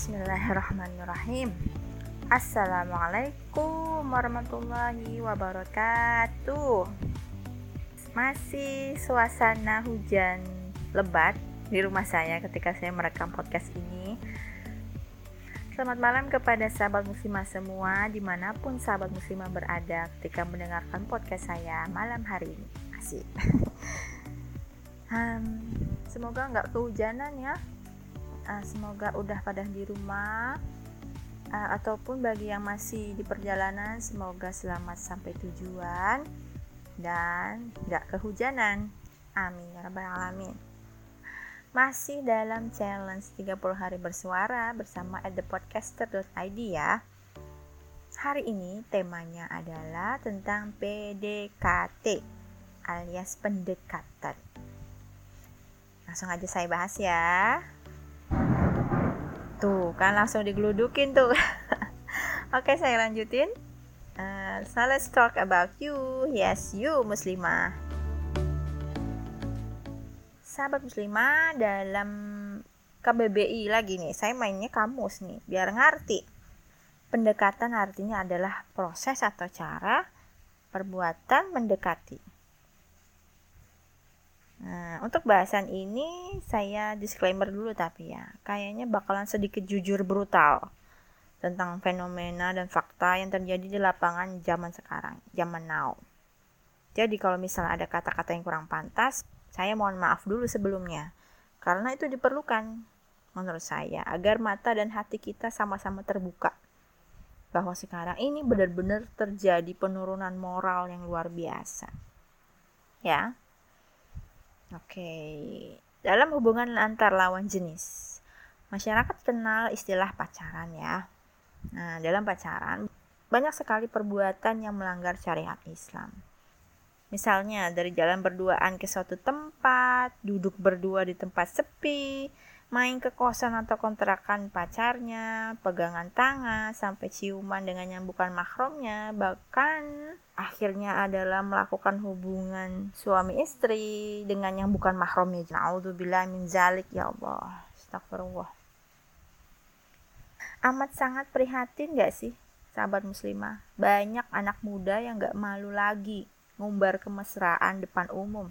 Bismillahirrahmanirrahim. Assalamualaikum warahmatullahi wabarakatuh. Masih suasana hujan lebat di rumah saya ketika saya merekam podcast ini. Selamat malam kepada sahabat muslimah semua, dimanapun sahabat muslimah berada ketika mendengarkan podcast saya malam hari ini. Asik. Semoga nggak kehujanan ya. Semoga udah pada di rumah, ataupun bagi yang masih di perjalanan, semoga selamat sampai tujuan dan gak kehujanan. Amin ya rabbal alamin. Masih dalam challenge 30 hari bersuara bersama @thepodcaster.id ya. Hari ini temanya adalah tentang PDKT alias pendekatan. Langsung aja saya bahas ya. Tuh kan langsung digeludukin tuh. Oke, saya lanjutin. So let's talk about you. Yes, you muslimah. Sahabat muslimah, dalam KBBI lagi nih, saya mainnya kamus nih biar ngerti. Pendekatan artinya adalah proses atau cara perbuatan mendekati. Nah, untuk bahasan ini saya disclaimer dulu tapi ya, kayaknya bakalan sedikit jujur brutal tentang fenomena dan fakta yang terjadi di lapangan zaman sekarang, zaman now. Jadi kalau misalnya ada kata-kata yang kurang pantas, saya mohon maaf dulu sebelumnya, karena itu diperlukan menurut saya agar mata dan hati kita sama-sama terbuka bahwa sekarang ini benar-benar terjadi penurunan moral yang luar biasa. Ya. Oke, dalam hubungan antar lawan jenis, masyarakat kenal istilah pacaran ya. Nah, dalam pacaran, banyak sekali perbuatan yang melanggar syariat Islam. Misalnya, dari jalan berduaan ke suatu tempat, duduk berdua di tempat sepi, main ke kosan atau kontrakan pacarnya, pegangan tangan, sampai ciuman dengan yang bukan mahramnya, bahkan akhirnya adalah melakukan hubungan suami istri dengan yang bukan mahramnya. Na'udzubillah min zalik, ya Allah. Astagfirullah. Amat sangat prihatin gak sih sahabat muslimah? Banyak anak muda yang gak malu lagi ngumbar kemesraan depan umum.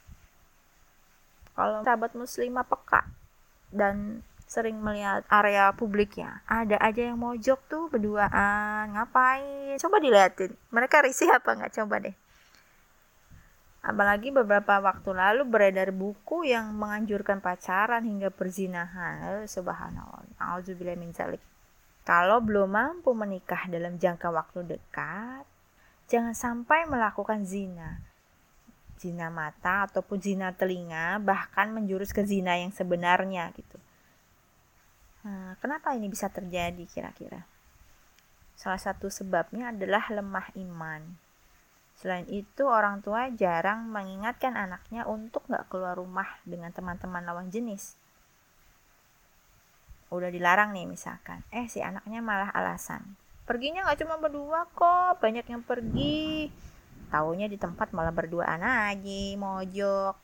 Kalau sahabat muslimah peka dan sering melihat area publik ya, ada aja yang mojok tuh berduaan, ngapain? Coba dilihatin, mereka risih apa nggak? Coba deh. Apalagi beberapa waktu lalu beredar buku yang menganjurkan pacaran hingga perzinahan. Subhanallah, auzubillahi min dzalik. Kalau belum mampu menikah dalam jangka waktu dekat, jangan sampai melakukan zina mata ataupun zina telinga, bahkan menjurus ke zina yang sebenarnya gitu. Nah, kenapa ini bisa terjadi kira-kira? Salah satu sebabnya adalah lemah iman. Selain itu, orang tua jarang mengingatkan anaknya untuk gak keluar rumah dengan teman-teman lawan jenis. Udah dilarang nih misalkan, si anaknya malah alasan, perginya gak cuma berdua kok, banyak yang pergi. Taunya di tempat malah berduaan aja, mojok.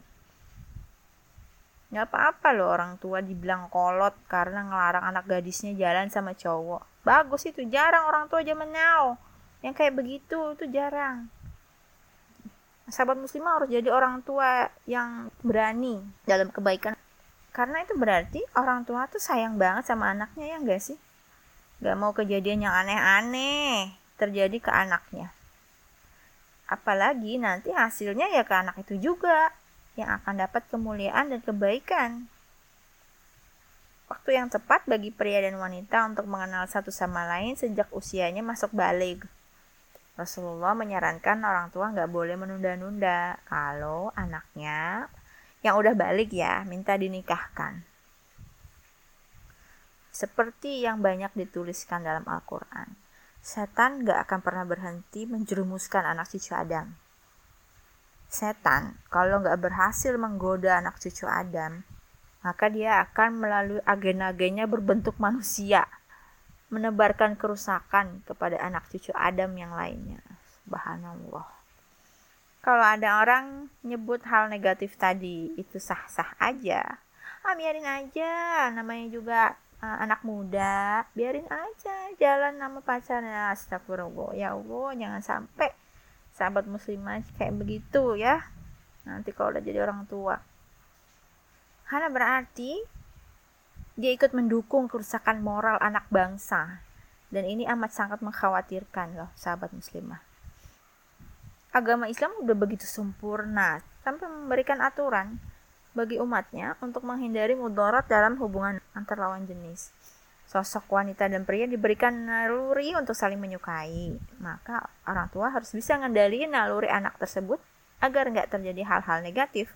Gak apa-apa loh orang tua dibilang kolot karena ngelarang anak gadisnya jalan sama cowok. Bagus itu, jarang orang tua zaman now yang kayak begitu, itu jarang. Sahabat muslimah harus jadi orang tua yang berani dalam kebaikan. Karena itu berarti orang tua tuh sayang banget sama anaknya, ya gak sih? Gak mau kejadian yang aneh-aneh terjadi ke anaknya. Apalagi nanti hasilnya ya ke anak itu juga yang akan dapat kemuliaan dan kebaikan. Waktu yang tepat bagi pria dan wanita untuk mengenal satu sama lain sejak usianya masuk baligh. Rasulullah menyarankan orang tua gak boleh menunda-nunda kalau anaknya yang udah baligh ya minta dinikahkan. Seperti yang banyak dituliskan dalam Al-Quran, setan gak akan pernah berhenti menjerumuskan anak cucu Adam. Setan kalau gak berhasil menggoda anak cucu Adam, maka dia akan melalui agen-agennya berbentuk manusia, menebarkan kerusakan kepada anak cucu Adam yang lainnya. Subhanallah. Kalau ada orang nyebut hal negatif tadi, itu sah-sah aja. Biarin aja, namanya juga anak muda, biarin aja jalan sama pacarnya. Astagfirullah, ya Allah, jangan sampai sahabat muslimah kayak begitu ya nanti kalau udah jadi orang tua, karena berarti dia ikut mendukung kerusakan moral anak bangsa, dan ini amat sangat mengkhawatirkan loh sahabat muslimah. Agama Islam udah begitu sempurna sampai memberikan aturan bagi umatnya untuk menghindari mudarat dalam hubungan antar lawan jenis. Sosok wanita dan pria diberikan naluri untuk saling menyukai, maka orang tua harus bisa ngendaliin naluri anak tersebut agar nggak terjadi hal-hal negatif.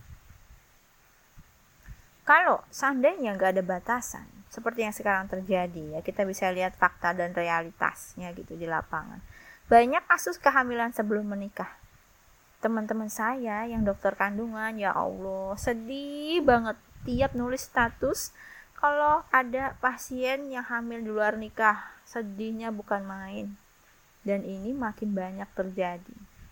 Kalau seandainya nggak ada batasan, seperti yang sekarang terjadi, ya kita bisa lihat fakta dan realitasnya gitu di lapangan. Banyak kasus kehamilan sebelum menikah. Teman-teman saya yang dokter kandungan, ya Allah, sedih banget tiap nulis status kalau ada pasien yang hamil di luar nikah. Sedihnya bukan main. Dan ini makin banyak terjadi.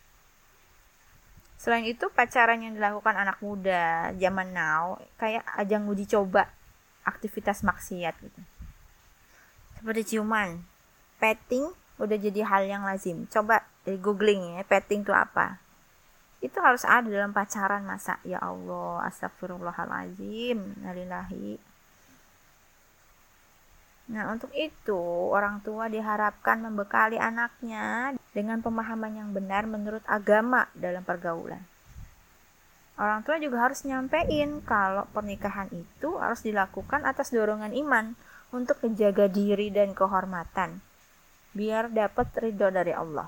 Selain itu, pacaran yang dilakukan anak muda zaman now kayak ajang uji coba aktivitas maksiat gitu. Seperti ciuman, petting udah jadi hal yang lazim. Coba di googling ya, petting itu apa. Itu harus ada dalam pacaran, masa? Ya Allah, astagfirullahaladzim, nalillahi. Nah, untuk itu orang tua diharapkan membekali anaknya dengan pemahaman yang benar menurut agama dalam pergaulan. Orang tua juga harus nyampein kalau pernikahan itu harus dilakukan atas dorongan iman untuk menjaga diri dan kehormatan, biar dapat ridho dari Allah.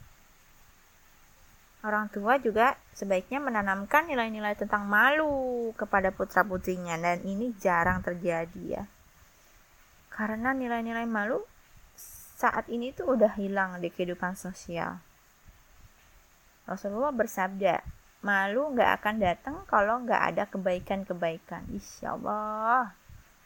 Orang tua juga sebaiknya menanamkan nilai-nilai tentang malu kepada putra-putrinya, dan ini jarang terjadi ya. Karena nilai-nilai malu saat ini tuh udah hilang di kehidupan sosial. Rasulullah bersabda, malu gak akan datang kalau gak ada kebaikan-kebaikan. Insya Allah.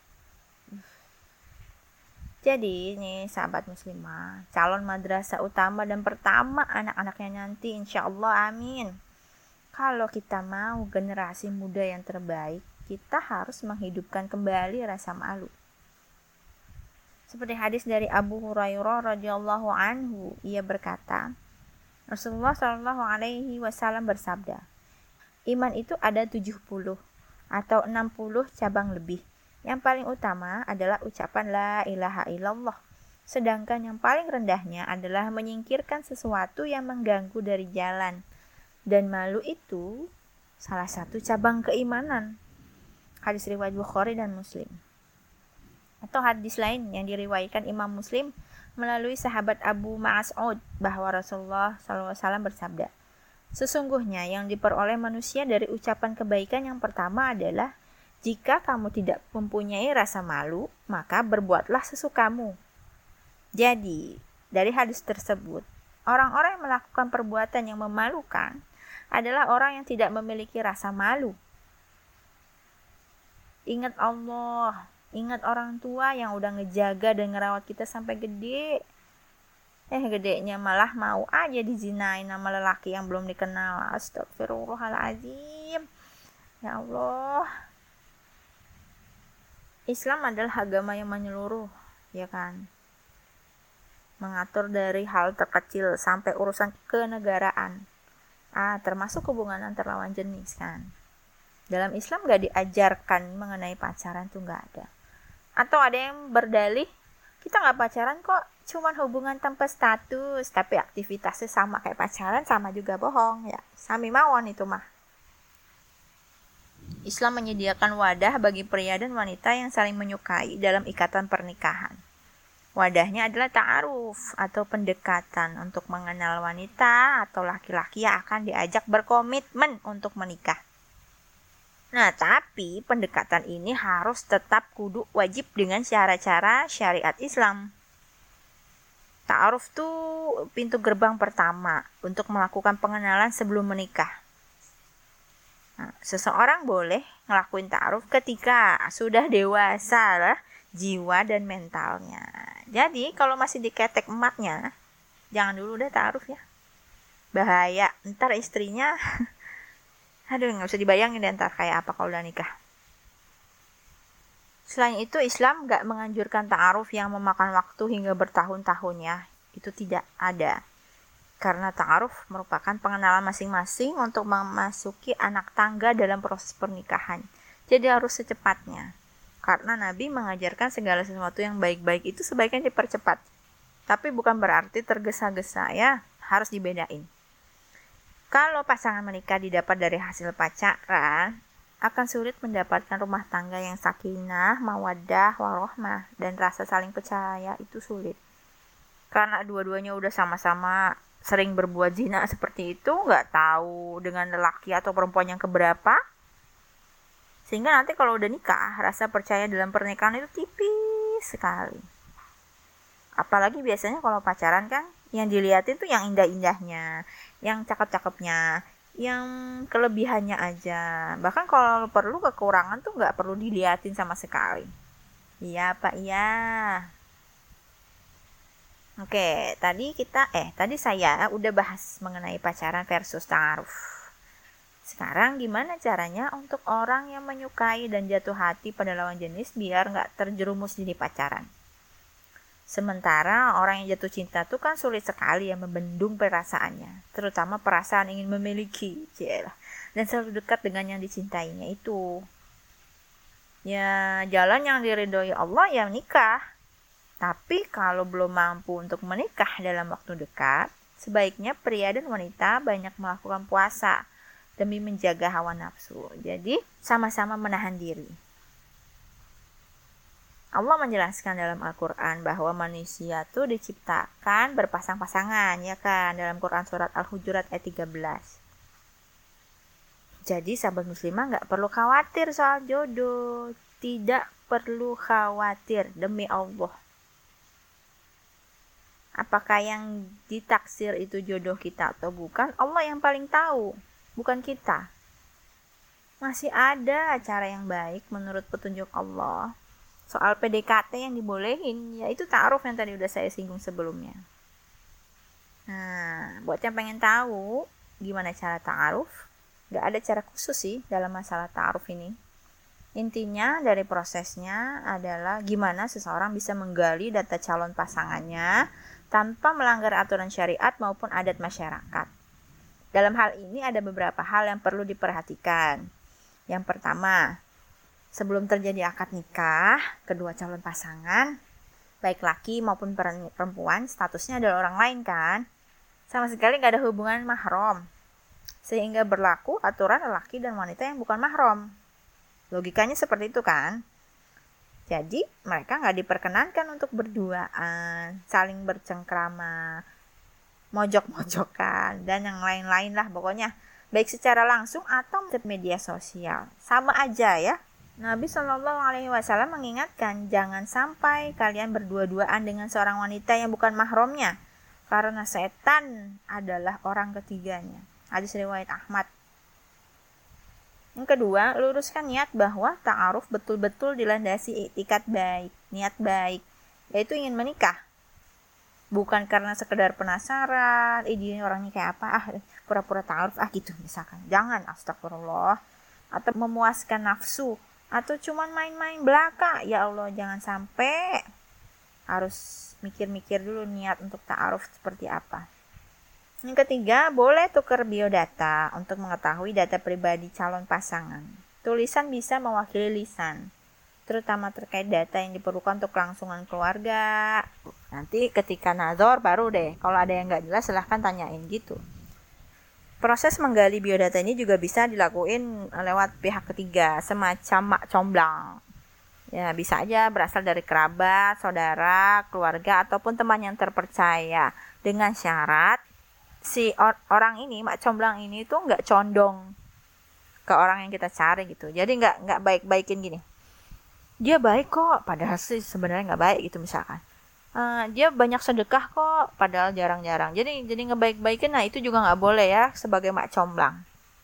Jadi nih sahabat muslimah, calon madrasah utama dan pertama anak-anaknya nanti, insya Allah, amin. Kalau kita mau generasi muda yang terbaik, kita harus menghidupkan kembali rasa malu. Seperti hadis dari Abu Hurairah radhiyallahu anhu, ia berkata, Rasulullah Shallallahu alaihi wasallam bersabda, iman itu ada 70 atau 60 cabang lebih. Yang paling utama adalah ucapan la ilaha illallah. Sedangkan yang paling rendahnya adalah menyingkirkan sesuatu yang mengganggu dari jalan. Dan malu itu salah satu cabang keimanan. Hadis riwayat Bukhari dan Muslim. Atau hadis lain yang diriwayatkan Imam Muslim melalui sahabat Abu Mas'ud bahwa Rasulullah SAW bersabda, sesungguhnya yang diperoleh manusia dari ucapan kebaikan yang pertama adalah, jika kamu tidak mempunyai rasa malu, maka berbuatlah sesukamu. Jadi, dari hadis tersebut, orang-orang yang melakukan perbuatan yang memalukan adalah orang yang tidak memiliki rasa malu. Ingat Allah, ingat orang tua yang udah ngejaga dan ngerawat kita sampai gede. Gedenya malah mau aja dizinain sama lelaki yang belum dikenal. Astagfirullahaladzim. Ya Allah. Islam adalah agama yang menyeluruh, ya kan? Mengatur dari hal terkecil sampai urusan kenegaraan. Termasuk hubungan antar lawan jenis kan. Dalam Islam gak diajarkan mengenai pacaran tuh gak ada. Atau ada yang berdalih, kita gak pacaran kok, cuman hubungan tanpa status, tapi aktivitasnya sama kayak pacaran, sama juga bohong. Ya, sami mawon itu mah. Islam menyediakan wadah bagi pria dan wanita yang saling menyukai dalam ikatan pernikahan. Wadahnya adalah ta'aruf atau pendekatan untuk mengenal wanita atau laki-laki yang akan diajak berkomitmen untuk menikah. Nah, tapi pendekatan ini harus tetap kudu wajib dengan cara-cara syariat Islam. Ta'aruf tuh pintu gerbang pertama untuk melakukan pengenalan sebelum menikah. Nah, seseorang boleh ngelakuin ta'aruf ketika sudah dewasa lah jiwa dan mentalnya. Jadi kalau masih diketek emaknya, jangan dulu deh ta'aruf ya. Bahaya, ntar istrinya aduh, gak usah dibayangin deh ntar kayak apa kalau udah nikah. Selain itu, Islam nggak menganjurkan ta'aruf yang memakan waktu hingga bertahun-tahun ya. Itu tidak ada. Karena ta'aruf merupakan pengenalan masing-masing untuk memasuki anak tangga dalam proses pernikahan. Jadi harus secepatnya. Karena Nabi mengajarkan segala sesuatu yang baik-baik itu sebaiknya dipercepat. Tapi bukan berarti tergesa-gesa ya, harus dibedain. Kalau pasangan menikah didapat dari hasil pacaran, akan sulit mendapatkan rumah tangga yang sakinah, mawaddah, warohmah, dan rasa saling percaya itu sulit. Karena dua-duanya udah sama-sama sering berbuat zina seperti itu, nggak tahu dengan lelaki atau perempuan yang keberapa, sehingga nanti kalau udah nikah, rasa percaya dalam pernikahan itu tipis sekali. Apalagi biasanya kalau pacaran kan, yang dilihatin tuh yang indah-indahnya, yang cakep-cakepnya, yang kelebihannya aja. Bahkan kalau perlu kekurangan tuh nggak perlu diliatin sama sekali. Iya Pak, iya. Oke, tadi saya udah bahas mengenai pacaran versus ta'aruf. Sekarang gimana caranya untuk orang yang menyukai dan jatuh hati pada lawan jenis biar nggak terjerumus di pacaran? Sementara orang yang jatuh cinta tuh kan sulit sekali ya membendung perasaannya, terutama perasaan ingin memiliki, dan selalu dekat dengan yang dicintainya itu. Ya, jalan yang diridhoi Allah ya nikah. Tapi kalau belum mampu untuk menikah dalam waktu dekat, sebaiknya pria dan wanita banyak melakukan puasa demi menjaga hawa nafsu. Jadi, sama-sama menahan diri. Allah menjelaskan dalam Al-Quran bahwa manusia tuh diciptakan berpasang-pasangan, ya kan? Dalam Quran surat Al-Hujurat ayat 13. Jadi sahabat muslimah nggak perlu khawatir soal jodoh. Tidak perlu khawatir, demi Allah. Apakah yang ditaksir itu jodoh kita atau bukan, Allah yang paling tahu, bukan kita. Masih ada cara yang baik menurut petunjuk Allah. Soal PDKT yang dibolehin, yaitu ta'aruf yang tadi udah saya singgung sebelumnya. Nah, buat yang pengen tahu gimana cara ta'aruf, gak ada cara khusus sih dalam masalah ta'aruf ini. Intinya dari prosesnya adalah gimana seseorang bisa menggali data calon pasangannya tanpa melanggar aturan syariat maupun adat masyarakat. Dalam hal ini ada beberapa hal yang perlu diperhatikan. Yang pertama, sebelum terjadi akad nikah, kedua calon pasangan, baik laki maupun perempuan, statusnya adalah orang lain kan? Sama sekali gak ada hubungan mahram. Sehingga berlaku aturan lelaki dan wanita yang bukan mahram. Logikanya seperti itu kan? Jadi mereka gak diperkenankan untuk berduaan, saling bercengkrama, mojok-mojokan, dan yang lain-lain lah pokoknya. Baik secara langsung atau media sosial. Sama aja ya. Nabi SAW mengingatkan jangan sampai kalian berdua-duaan dengan seorang wanita yang bukan mahramnya, karena setan adalah orang ketiganya. Hadis riwayat Ahmad. Yang kedua, luruskan niat bahwa ta'aruf betul-betul dilandasi iktikad baik, niat baik, yaitu ingin menikah. Bukan karena sekedar penasaran, dia orangnya kayak apa, pura-pura ta'aruf, gitu misalkan. Jangan, astagfirullah. Atau memuaskan nafsu, atau cuman main-main belaka. Ya Allah, jangan sampai. Harus mikir-mikir dulu niat untuk ta'aruf seperti apa. Yang ketiga, boleh tukar biodata untuk mengetahui data pribadi calon pasangan. Tulisan bisa mewakili lisan, terutama terkait data yang diperlukan untuk kelangsungan keluarga. Nanti ketika nazar baru deh, kalau ada yang nggak jelas silahkan tanyain gitu. Proses menggali biodata ini juga bisa dilakuin lewat pihak ketiga, semacam mak comblang. Ya, bisa aja berasal dari kerabat, saudara, keluarga, ataupun teman yang terpercaya. Dengan syarat si orang ini, mak comblang ini tuh nggak condong ke orang yang kita cari gitu. Jadi nggak baik-baikin gini. Dia baik kok, padahal sih sebenarnya nggak baik gitu misalkan. Dia banyak sedekah kok, padahal jarang-jarang. Jadi ngebaik-baikin, nah itu juga nggak boleh ya sebagai mak comblang.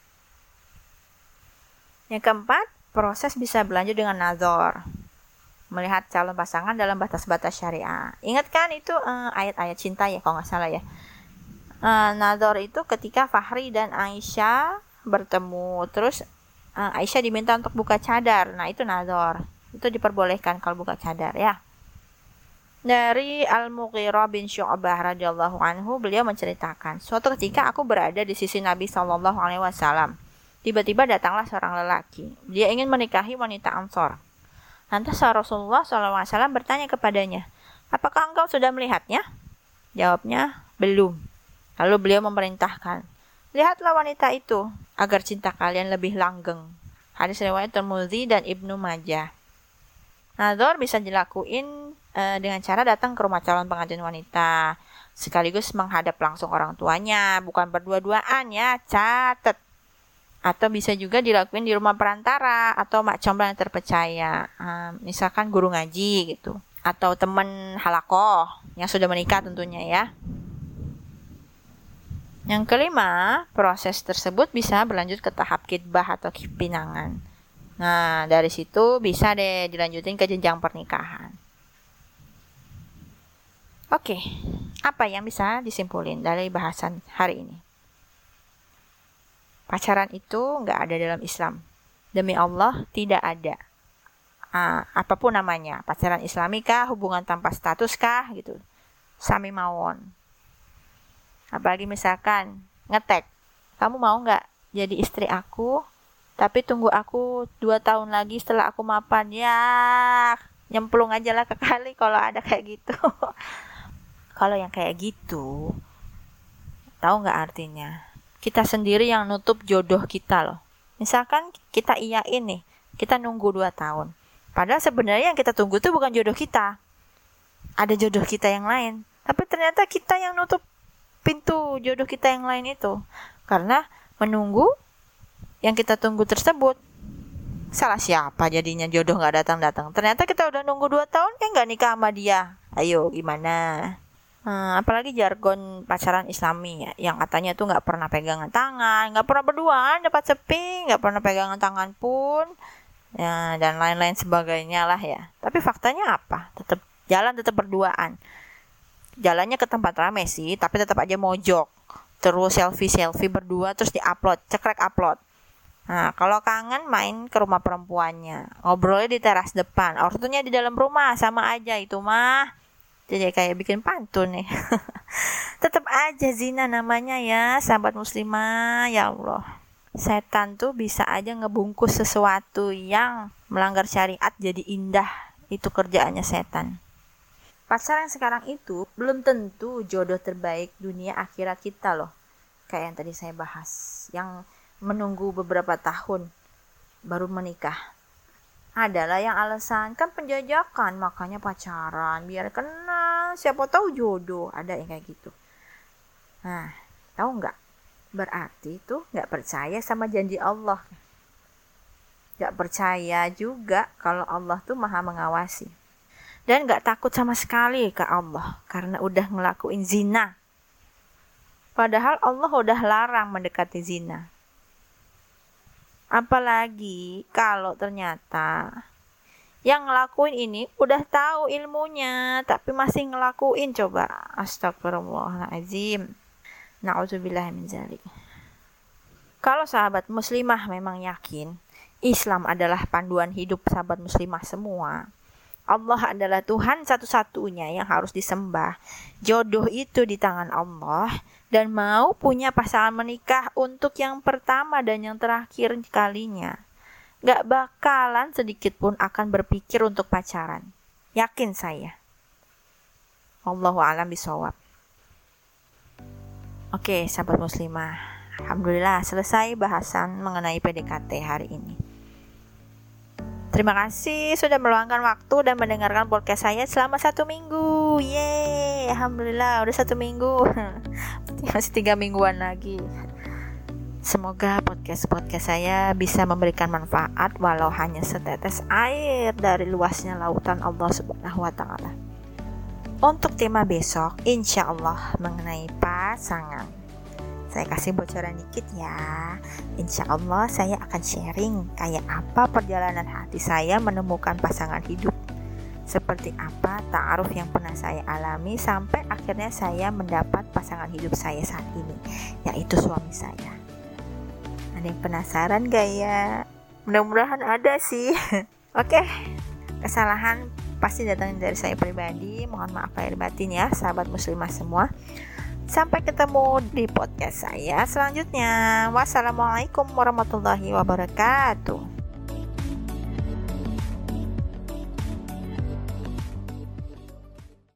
Yang keempat, proses bisa berlanjut dengan nazar. Melihat calon pasangan dalam batas-batas syariah. Ingat kan itu ayat-ayat cinta ya kalau nggak salah ya. Nazar itu ketika Fahri dan Aisyah bertemu. Terus Aisyah diminta untuk buka cadar. Nah itu nazar. Itu diperbolehkan kalau buka cadar ya. Dari Al-Mughirah bin Syu'bah radhiyallahu anhu, beliau menceritakan, suatu ketika aku berada di sisi Nabi Shallallahu alaihi wasallam. Tiba-tiba datanglah seorang lelaki. Dia ingin menikahi wanita Ansor. Lantas Rasulullah SAW bertanya kepadanya, apakah engkau sudah melihatnya? Jawabnya, belum. Lalu beliau memerintahkan, lihatlah wanita itu, agar cinta kalian lebih langgeng. Hadis riwayat Tirmidzi dan Ibnu Majah. Nadzor bisa dilakuin dengan cara datang ke rumah calon pengantin wanita, sekaligus menghadap langsung orang tuanya, bukan berdua-duaan ya, catet. Atau bisa juga dilakuin di rumah perantara atau mak comblang yang terpercaya, misalkan guru ngaji gitu, atau teman halakoh yang sudah menikah tentunya ya. Yang kelima, proses tersebut bisa berlanjut ke tahap khitbah atau pinangan. Nah, dari situ bisa deh dilanjutin ke jenjang pernikahan. Oke, apa yang bisa disimpulin dari bahasan hari ini? Pacaran itu nggak ada dalam Islam. Demi Allah, tidak ada. Apapun namanya, pacaran Islami kah, hubungan tanpa status kah, gitu. Sami mawon. Apalagi misalkan ngetek, kamu mau nggak jadi istri aku, tapi tunggu aku 2 tahun lagi setelah aku mapan. Ya, nyemplung aja lah ke kali kalau ada kayak gitu. Kalau yang kayak gitu, tahu nggak artinya? Kita sendiri yang nutup jodoh kita loh. Misalkan kita iyain nih, kita nunggu 2 tahun. Padahal sebenarnya yang kita tunggu itu bukan jodoh kita. Ada jodoh kita yang lain. Tapi ternyata kita yang nutup pintu jodoh kita yang lain itu. Karena menunggu yang kita tunggu tersebut. Salah siapa jadinya jodoh gak datang-datang. Ternyata kita udah nunggu 2 tahun, gak nikah sama dia. Ayo gimana? Apalagi jargon pacaran Islami ya, yang katanya tuh gak pernah pegangan tangan, gak pernah berduaan, dapat sepi, gak pernah pegangan tangan pun, ya, dan lain-lain sebagainya lah ya. Tapi faktanya apa? Tetap berduaan. Jalannya ke tempat rame sih, tapi tetap aja mojok. Terus selfie berdua, terus di-upload, cekrek upload. Nah, kalau kangen main ke rumah perempuannya, ngobrolnya di teras depan, ortunya di dalam rumah, sama aja itu mah. Jadi kayak bikin pantun nih. Tetap aja zina namanya ya, sahabat muslimah, ya Allah. Setan tuh bisa aja ngebungkus sesuatu yang melanggar syariat jadi indah. Itu kerjaannya setan. Pacar yang sekarang itu belum tentu jodoh terbaik dunia akhirat kita loh. Kayak yang tadi saya bahas, yang menunggu beberapa tahun baru menikah. Adalah yang alasan kan penjajakan, makanya pacaran biar kenal, siapa tahu jodoh. Ada yang kayak gitu. Nah, tahu nggak? Berarti tuh nggak percaya sama janji Allah. Nggak percaya juga kalau Allah tuh maha mengawasi. Dan nggak takut sama sekali ke Allah karena udah ngelakuin zina. Padahal Allah udah larang mendekati zina. Apalagi kalau ternyata yang ngelakuin ini udah tahu ilmunya tapi masih ngelakuin, coba. Astagfirullahaladzim. Na'udzubillah min dzalik. Kalau sahabat muslimah memang yakin Islam adalah panduan hidup sahabat muslimah semua, Allah adalah Tuhan satu-satunya yang harus disembah, jodoh itu di tangan Allah, dan mau punya pasangan menikah untuk yang pertama dan yang terakhir kalinya, gak bakalan sedikit pun akan berpikir untuk pacaran. Yakin saya. Allahu a'lam bishawab. Oke, sahabat muslimah, alhamdulillah selesai bahasan mengenai PDKT hari ini. Terima kasih sudah meluangkan waktu dan mendengarkan podcast saya selama 1 minggu. Yeay, alhamdulillah udah 1 minggu. Masih 3 mingguan lagi. Semoga podcast saya bisa memberikan manfaat walau hanya setetes air dari luasnya lautan Allah Subhanahu wa taala. Untuk tema besok, insya Allah mengenai pasangan. Saya kasih bocoran dikit ya. Insya Allah saya akan sharing kayak apa perjalanan hati saya menemukan pasangan hidup. Seperti apa ta'aruf yang pernah saya alami sampai akhirnya saya mendapat pasangan hidup saya saat ini, yaitu suami saya. Ada yang penasaran gak ya? Mudah-mudahan ada sih. Oke. Kesalahan pasti datang dari saya pribadi, mohon maaf lahir batin ya sahabat muslimah semua. Sampai ketemu di podcast saya selanjutnya. Wassalamualaikum warahmatullahi wabarakatuh.